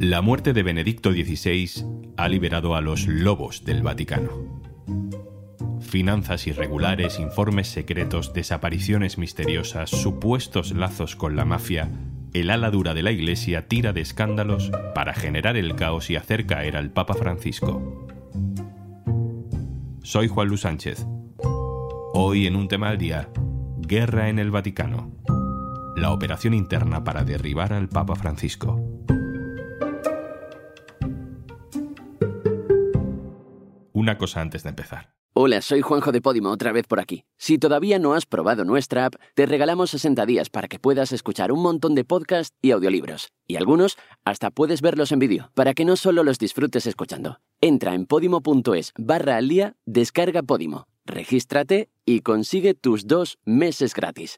La muerte de Benedicto XVI ha liberado a los lobos del Vaticano. Finanzas irregulares, informes secretos, desapariciones misteriosas, supuestos lazos con la mafia. El ala dura de la Iglesia tira de escándalos para generar el caos y hacer caer al Papa Francisco. Soy Juan Luis Sánchez. Hoy en Un Tema al Día, guerra en el Vaticano. La operación interna para derribar al Papa Francisco. Una cosa antes de empezar. Hola, soy Juanjo de Podimo, otra vez por aquí. Si todavía no has probado nuestra app, te regalamos 60 días para que puedas escuchar un montón de podcasts y audiolibros. Y algunos hasta puedes verlos en vídeo, para que no solo los disfrutes escuchando. Entra en podimo.es/aldía, descarga Podimo, regístrate y consigue tus 2 meses gratis.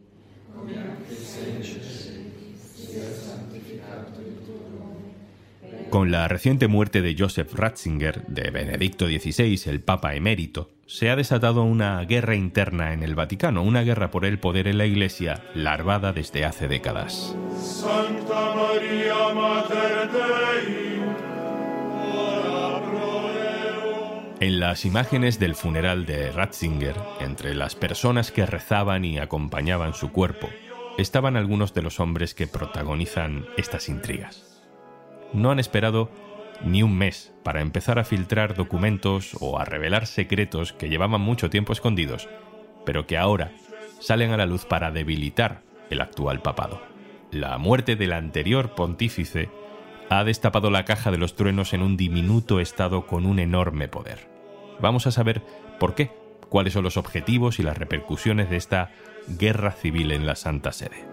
Con la reciente muerte de Joseph Ratzinger, de Benedicto XVI, el Papa emérito, se ha desatado una guerra interna en el Vaticano, una guerra por el poder en la Iglesia, larvada desde hace décadas. Santa María Mater Dei, ora pro nobis. En las imágenes del funeral de Ratzinger, entre las personas que rezaban y acompañaban su cuerpo, estaban algunos de los hombres que protagonizan estas intrigas. No han esperado ni un mes para empezar a filtrar documentos o a revelar secretos que llevaban mucho tiempo escondidos, pero que ahora salen a la luz para debilitar el actual papado. La muerte del anterior pontífice ha destapado la caja de los truenos en un diminuto estado con un enorme poder. Vamos a saber por qué, cuáles son los objetivos y las repercusiones de esta guerra civil en la Santa Sede.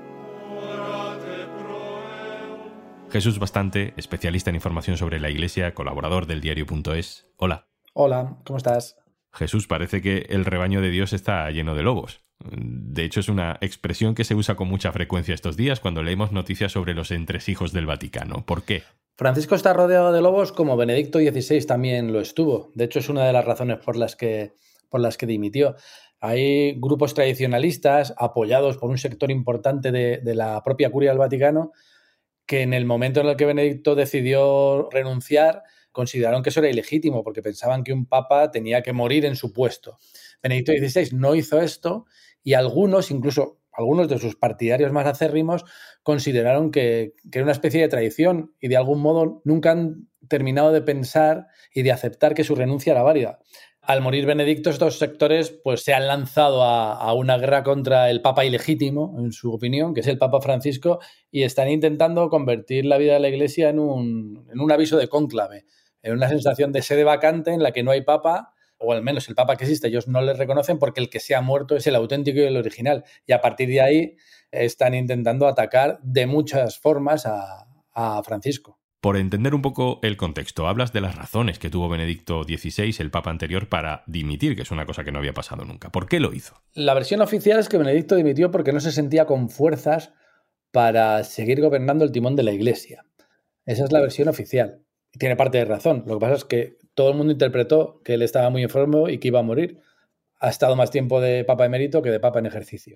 Jesús Bastante, especialista en información sobre la Iglesia, colaborador del diario.es. Hola. Hola, ¿cómo estás? Jesús, parece que el rebaño de Dios está lleno de lobos. De hecho, es una expresión que se usa con mucha frecuencia estos días cuando leemos noticias sobre los entresijos del Vaticano. ¿Por qué? Francisco está rodeado de lobos como Benedicto XVI también lo estuvo. De hecho, es una de las razones por las que dimitió. Hay grupos tradicionalistas apoyados por un sector importante de la propia curia del Vaticano que en el momento en el que Benedicto decidió renunciar, consideraron que eso era ilegítimo porque pensaban que un papa tenía que morir en su puesto. Benedicto XVI no hizo esto y algunos, incluso algunos de sus partidarios más acérrimos, consideraron que era una especie de traición y de algún modo nunca han terminado de pensar y de aceptar que su renuncia era válida. Al morir Benedicto, estos sectores pues, se han lanzado a una guerra contra el Papa ilegítimo, en su opinión, que es el Papa Francisco, y están intentando convertir la vida de la Iglesia en un aviso de cónclave, en una sensación de sede vacante en la que no hay Papa, o al menos el Papa que existe ellos no le reconocen porque el que se ha muerto es el auténtico y el original. Y a partir de ahí están intentando atacar de muchas formas a Francisco. Por entender un poco el contexto, hablas de las razones que tuvo Benedicto XVI, el Papa anterior, para dimitir, que es una cosa que no había pasado nunca. ¿Por qué lo hizo? La versión oficial es que Benedicto dimitió porque no se sentía con fuerzas para seguir gobernando el timón de la Iglesia. Esa es la versión oficial. Tiene parte de razón. Lo que pasa es que todo el mundo interpretó que él estaba muy enfermo y que iba a morir. Ha estado más tiempo de Papa emérito que de Papa en ejercicio.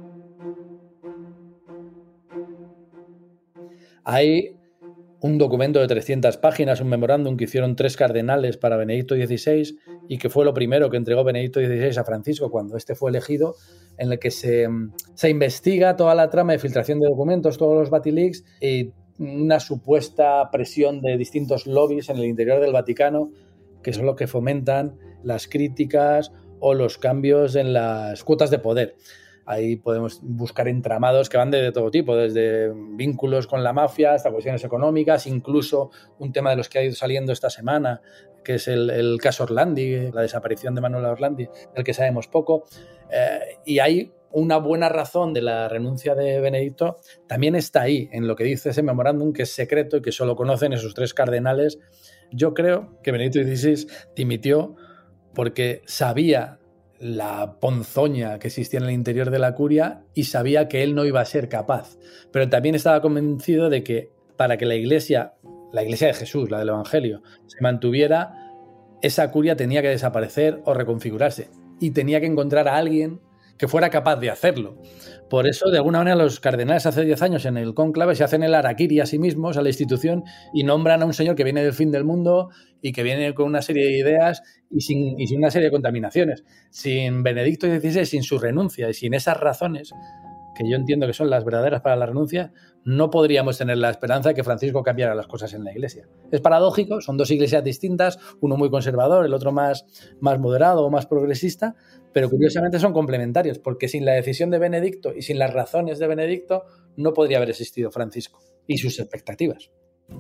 Hay un documento de 300 páginas, un memorándum que hicieron 3 cardenales para Benedicto XVI y que fue lo primero que entregó Benedicto XVI a Francisco cuando este fue elegido, en el que se investiga toda la trama de filtración de documentos, todos los Batileaks y una supuesta presión de distintos lobbies en el interior del Vaticano que son los que fomentan las críticas o los cambios en las cuotas de poder. Ahí podemos buscar entramados que van de todo tipo, desde vínculos con la mafia hasta cuestiones económicas, incluso un tema de los que ha ido saliendo esta semana, que es el caso Orlandi, la desaparición de Manuela Orlandi, del que sabemos poco. Y hay una buena razón de la renuncia de Benedicto, también está ahí, en lo que dice ese memorándum, que es secreto y que solo conocen esos 3 cardenales. Yo creo que Benedicto XVI dimitió porque sabía la ponzoña que existía en el interior de la curia y sabía que él no iba a ser capaz. Pero también estaba convencido de que para que la iglesia de Jesús, la del Evangelio, se mantuviera, esa curia tenía que desaparecer o reconfigurarse. Y tenía que encontrar a alguien que fuera capaz de hacerlo. Por eso, de alguna manera, los cardenales hace 10 años en el cónclave se hacen el harakiri a sí mismos, a la institución, y nombran a un señor que viene del fin del mundo y que viene con una serie de ideas y sin una serie de contaminaciones. Sin Benedicto XVI, sin su renuncia y sin esas razones, que yo entiendo que son las verdaderas para la renuncia, no podríamos tener la esperanza de que Francisco cambiara las cosas en la Iglesia. Es paradójico, son dos iglesias distintas, uno muy conservador, el otro más moderado o más progresista, pero curiosamente son complementarios, porque sin la decisión de Benedicto y sin las razones de Benedicto no podría haber existido Francisco y sus expectativas.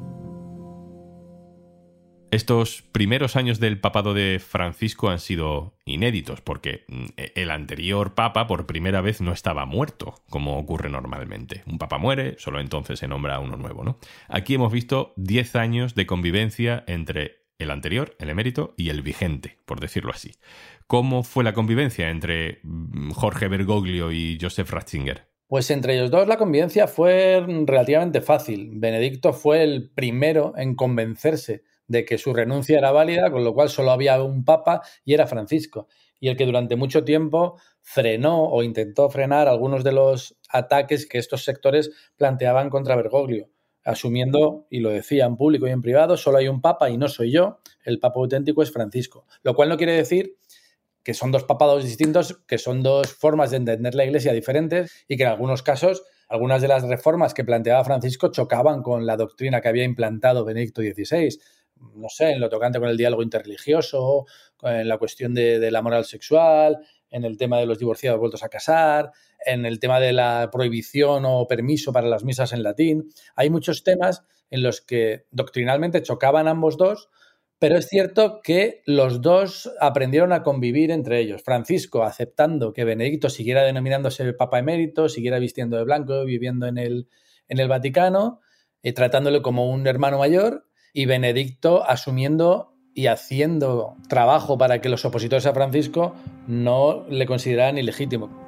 Estos primeros años del papado de Francisco han sido inéditos porque el anterior papa por primera vez no estaba muerto, como ocurre normalmente. Un papa muere, solo entonces se nombra uno nuevo, ¿no? Aquí hemos visto 10 años de convivencia entre el anterior, el emérito, y el vigente, por decirlo así. ¿Cómo fue la convivencia entre Jorge Bergoglio y Joseph Ratzinger? Pues entre ellos dos la convivencia fue relativamente fácil. Benedicto fue el primero en convencerse de que su renuncia era válida, con lo cual solo había un papa y era Francisco. Y el que durante mucho tiempo frenó o intentó frenar algunos de los ataques que estos sectores planteaban contra Bergoglio, asumiendo, y lo decía en público y en privado, solo hay un papa y no soy yo, el papa auténtico es Francisco. Lo cual no quiere decir que son dos papados distintos, que son dos formas de entender la Iglesia diferentes y que en algunos casos algunas de las reformas que planteaba Francisco chocaban con la doctrina que había implantado Benedicto XVI. No sé, en lo tocante con el diálogo interreligioso, en la cuestión de la moral sexual, en el tema de los divorciados vueltos a casar, en el tema de la prohibición o permiso para las misas en latín. Hay muchos temas en los que doctrinalmente chocaban ambos dos, pero es cierto que los dos aprendieron a convivir entre ellos. Francisco aceptando que Benedicto siguiera denominándose Papa Emérito, siguiera vistiendo de blanco, viviendo en el Vaticano, tratándole como un hermano mayor, y Benedicto asumiendo y haciendo trabajo para que los opositores a Francisco no le consideraran ilegítimo.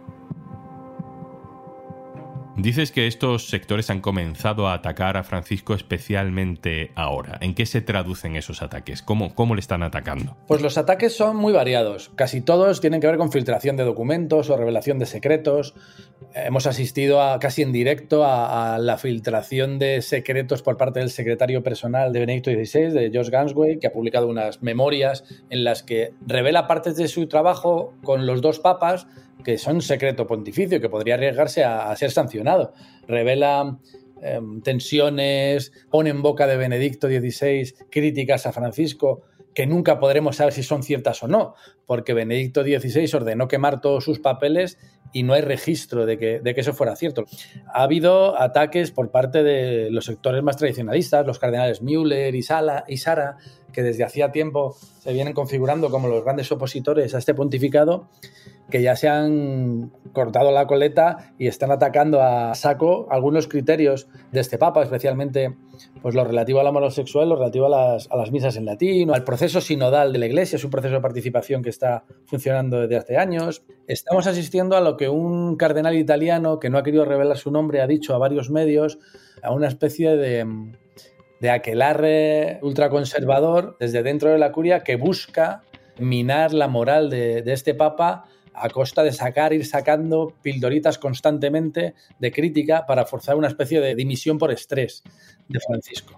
Dices que estos sectores han comenzado a atacar a Francisco especialmente ahora. ¿En qué se traducen esos ataques? ¿Cómo le están atacando? Pues los ataques son muy variados. Casi todos tienen que ver con filtración de documentos o revelación de secretos. Hemos asistido casi en directo a la filtración de secretos por parte del secretario personal de Benedicto XVI, de George Gansway, que ha publicado unas memorias en las que revela partes de su trabajo con los dos papas que son secreto pontificio, que podría arriesgarse a ser sancionado. Revela tensiones, pone en boca de Benedicto XVI críticas a Francisco que nunca podremos saber si son ciertas o no, porque Benedicto XVI ordenó quemar todos sus papeles y no hay registro de que eso fuera cierto. Ha habido ataques por parte de los sectores más tradicionalistas, los cardenales Müller y Sara, que desde hacía tiempo se vienen configurando como los grandes opositores a este pontificado, que ya se han cortado la coleta y están atacando a saco algunos criterios de este papa, especialmente pues lo relativo a la moral sexual, lo relativo a las misas en latín, al proceso sinodal de la Iglesia. Es un proceso de participación que está funcionando desde hace años. Estamos asistiendo a lo que un cardenal italiano, que no ha querido revelar su nombre, ha dicho a varios medios, a una especie de aquelarre ultraconservador desde dentro de la curia que busca minar la moral de este papa a costa de ir sacando pildoritas constantemente de crítica para forzar una especie de dimisión por estrés de Francisco.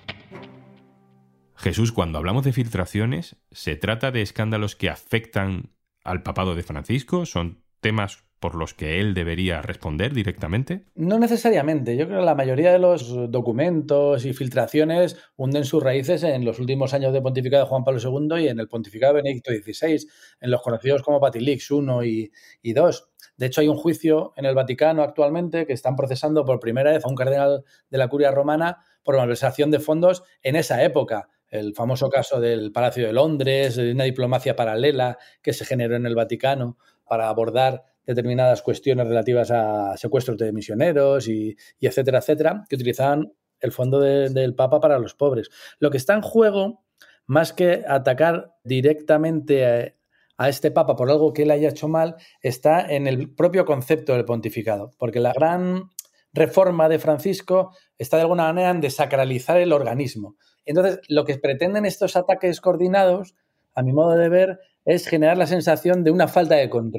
Jesús, cuando hablamos de filtraciones, ¿se trata de escándalos que afectan al papado de Francisco? ¿Son temas por los que él debería responder directamente? No necesariamente. Yo creo que la mayoría de los documentos y filtraciones hunden sus raíces en los últimos años de pontificado de Juan Pablo II y en el pontificado de Benedicto XVI, en los conocidos como Patilix I y II. De hecho, hay un juicio en el Vaticano actualmente que están procesando por primera vez a un cardenal de la Curia Romana por malversación de fondos en esa época. El famoso caso del Palacio de Londres, de una diplomacia paralela que se generó en el Vaticano para abordar determinadas cuestiones relativas a secuestros de misioneros y etcétera, etcétera, que utilizaban el fondo del Papa para los pobres. Lo que está en juego, más que atacar directamente a este Papa por algo que él haya hecho mal, está en el propio concepto del pontificado, porque la gran reforma de Francisco está de alguna manera en desacralizar el organismo. Entonces, lo que pretenden estos ataques coordinados, a mi modo de ver, es generar la sensación de una falta de control.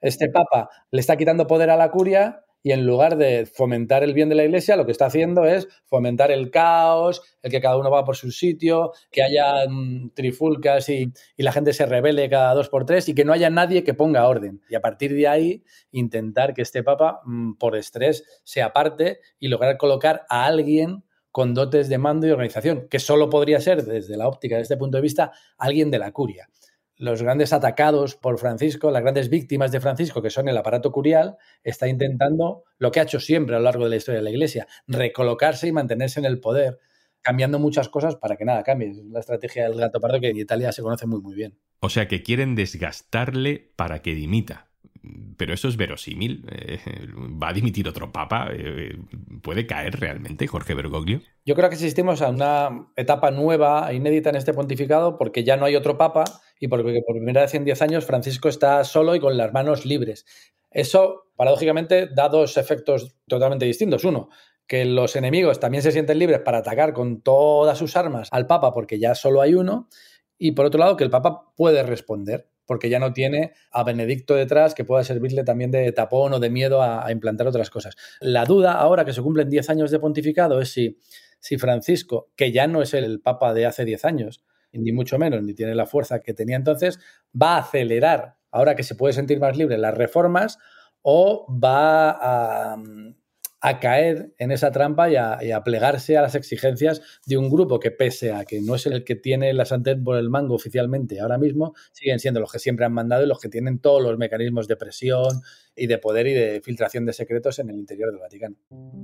este papa le está quitando poder a la curia y en lugar de fomentar el bien de la Iglesia, lo que está haciendo es fomentar el caos, el que cada uno va por su sitio, que haya trifulcas y la gente se rebele cada 2x3 y que no haya nadie que ponga orden. Y a partir de ahí intentar que este papa, por estrés, se aparte y lograr colocar a alguien con dotes de mando y organización, que solo podría ser, desde la óptica de este punto de vista, alguien de la curia. Los grandes atacados por Francisco, las grandes víctimas de Francisco, que son el aparato curial, está intentando lo que ha hecho siempre a lo largo de la historia de la Iglesia, recolocarse y mantenerse en el poder, cambiando muchas cosas para que nada cambie. Es la estrategia del gato pardo que en Italia se conoce muy, muy bien. O sea que quieren desgastarle para que dimita. Pero eso es verosímil. ¿Va a dimitir otro papa? ¿Puede caer realmente Jorge Bergoglio? Yo creo que asistimos a una etapa nueva, inédita en este pontificado, porque ya no hay otro papa y porque por primera vez en 10 años Francisco está solo y con las manos libres. Eso, paradójicamente, da dos efectos totalmente distintos. Uno, que los enemigos también se sienten libres para atacar con todas sus armas al papa porque ya solo hay uno. Y por otro lado, que el papa puede responder, porque ya no tiene a Benedicto detrás que pueda servirle también de tapón o de miedo a implantar otras cosas. La duda, ahora que se cumplen 10 años de pontificado, es si Francisco, que ya no es el papa de hace 10 años, ni mucho menos, ni tiene la fuerza que tenía entonces, va a acelerar, ahora que se puede sentir más libre, las reformas, o va a caer en esa trampa y a plegarse a las exigencias de un grupo que, pese a que no es el que tiene la sartén por el mango oficialmente ahora mismo, siguen siendo los que siempre han mandado y los que tienen todos los mecanismos de presión y de poder y de filtración de secretos en el interior del Vaticano.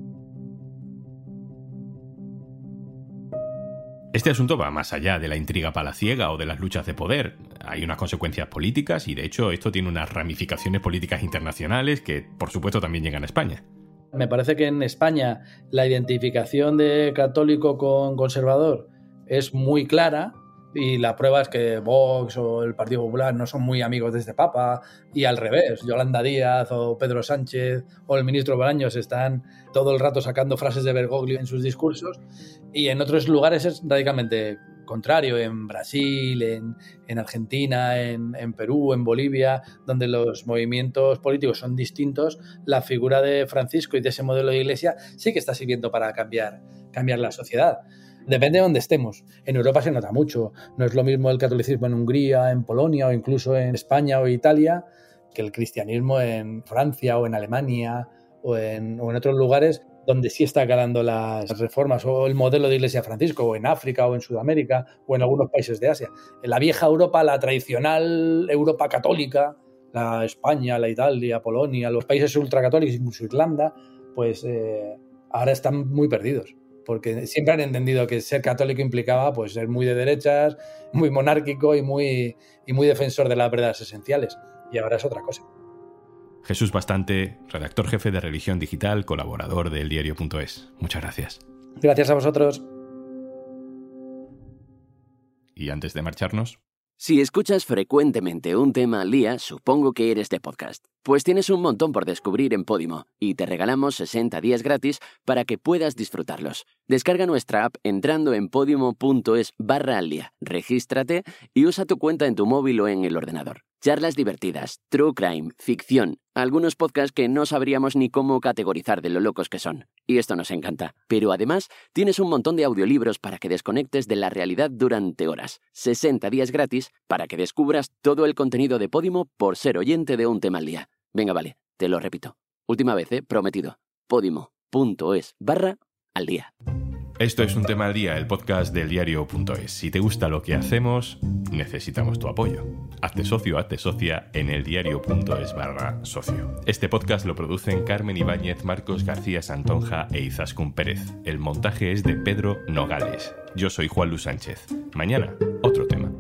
Este asunto va más allá de la intriga palaciega o de las luchas de poder. Hay unas consecuencias políticas y, de hecho, esto tiene unas ramificaciones políticas internacionales que, por supuesto, también llegan a España. Me parece que en España la identificación de católico con conservador es muy clara y la prueba es que Vox o el Partido Popular no son muy amigos de este papa y al revés, Yolanda Díaz o Pedro Sánchez o el ministro Bolaños están todo el rato sacando frases de Bergoglio en sus discursos y en otros lugares es radicalmente contrario, en Brasil, en Argentina, en Perú, en Bolivia, donde los movimientos políticos son distintos, la figura de Francisco y de ese modelo de iglesia sí que está sirviendo para cambiar la sociedad. Depende de dónde estemos. En Europa se nota mucho. No es lo mismo el catolicismo en Hungría, en Polonia o incluso en España o Italia que el cristianismo en Francia o en Alemania o en otros lugares donde sí está calando las reformas, o el modelo de Iglesia Francisco, o en África, o en Sudamérica, o en algunos países de Asia. En la vieja Europa, la tradicional Europa católica, la España, la Italia, Polonia, los países ultracatólicos, incluso Irlanda, pues ahora están muy perdidos, porque siempre han entendido que ser católico implicaba pues ser muy de derechas, muy monárquico y muy defensor de las verdades esenciales, y ahora es otra cosa. Jesús Bastante, redactor jefe de Religión Digital, colaborador de eldiario.es. Muchas gracias. Gracias a vosotros. Y antes de marcharnos... Si escuchas frecuentemente un tema al día, supongo que eres de podcast. Pues tienes un montón por descubrir en Podimo y te regalamos 60 días gratis para que puedas disfrutarlos. Descarga nuestra app entrando en podimo.es/aldía. Regístrate y usa tu cuenta en tu móvil o en el ordenador. Charlas divertidas, true crime, ficción, algunos podcasts que no sabríamos ni cómo categorizar de lo locos que son. Y esto nos encanta. Pero además, tienes un montón de audiolibros para que desconectes de la realidad durante horas. 60 días gratis para que descubras todo el contenido de Podimo por ser oyente de un tema al día. Venga, vale, te lo repito. Última vez, prometido. Podimo.es/aldía. Esto es Un Tema al Día, el podcast del diario.es. Si te gusta lo que hacemos, necesitamos tu apoyo. Hazte socio, hazte socia en eldiario.es/socio. Este podcast lo producen Carmen Ibáñez, Marcos García Santonja e Izaskun Pérez. El montaje es de Pedro Nogales. Yo soy Juan Luis Sánchez. Mañana, otro tema.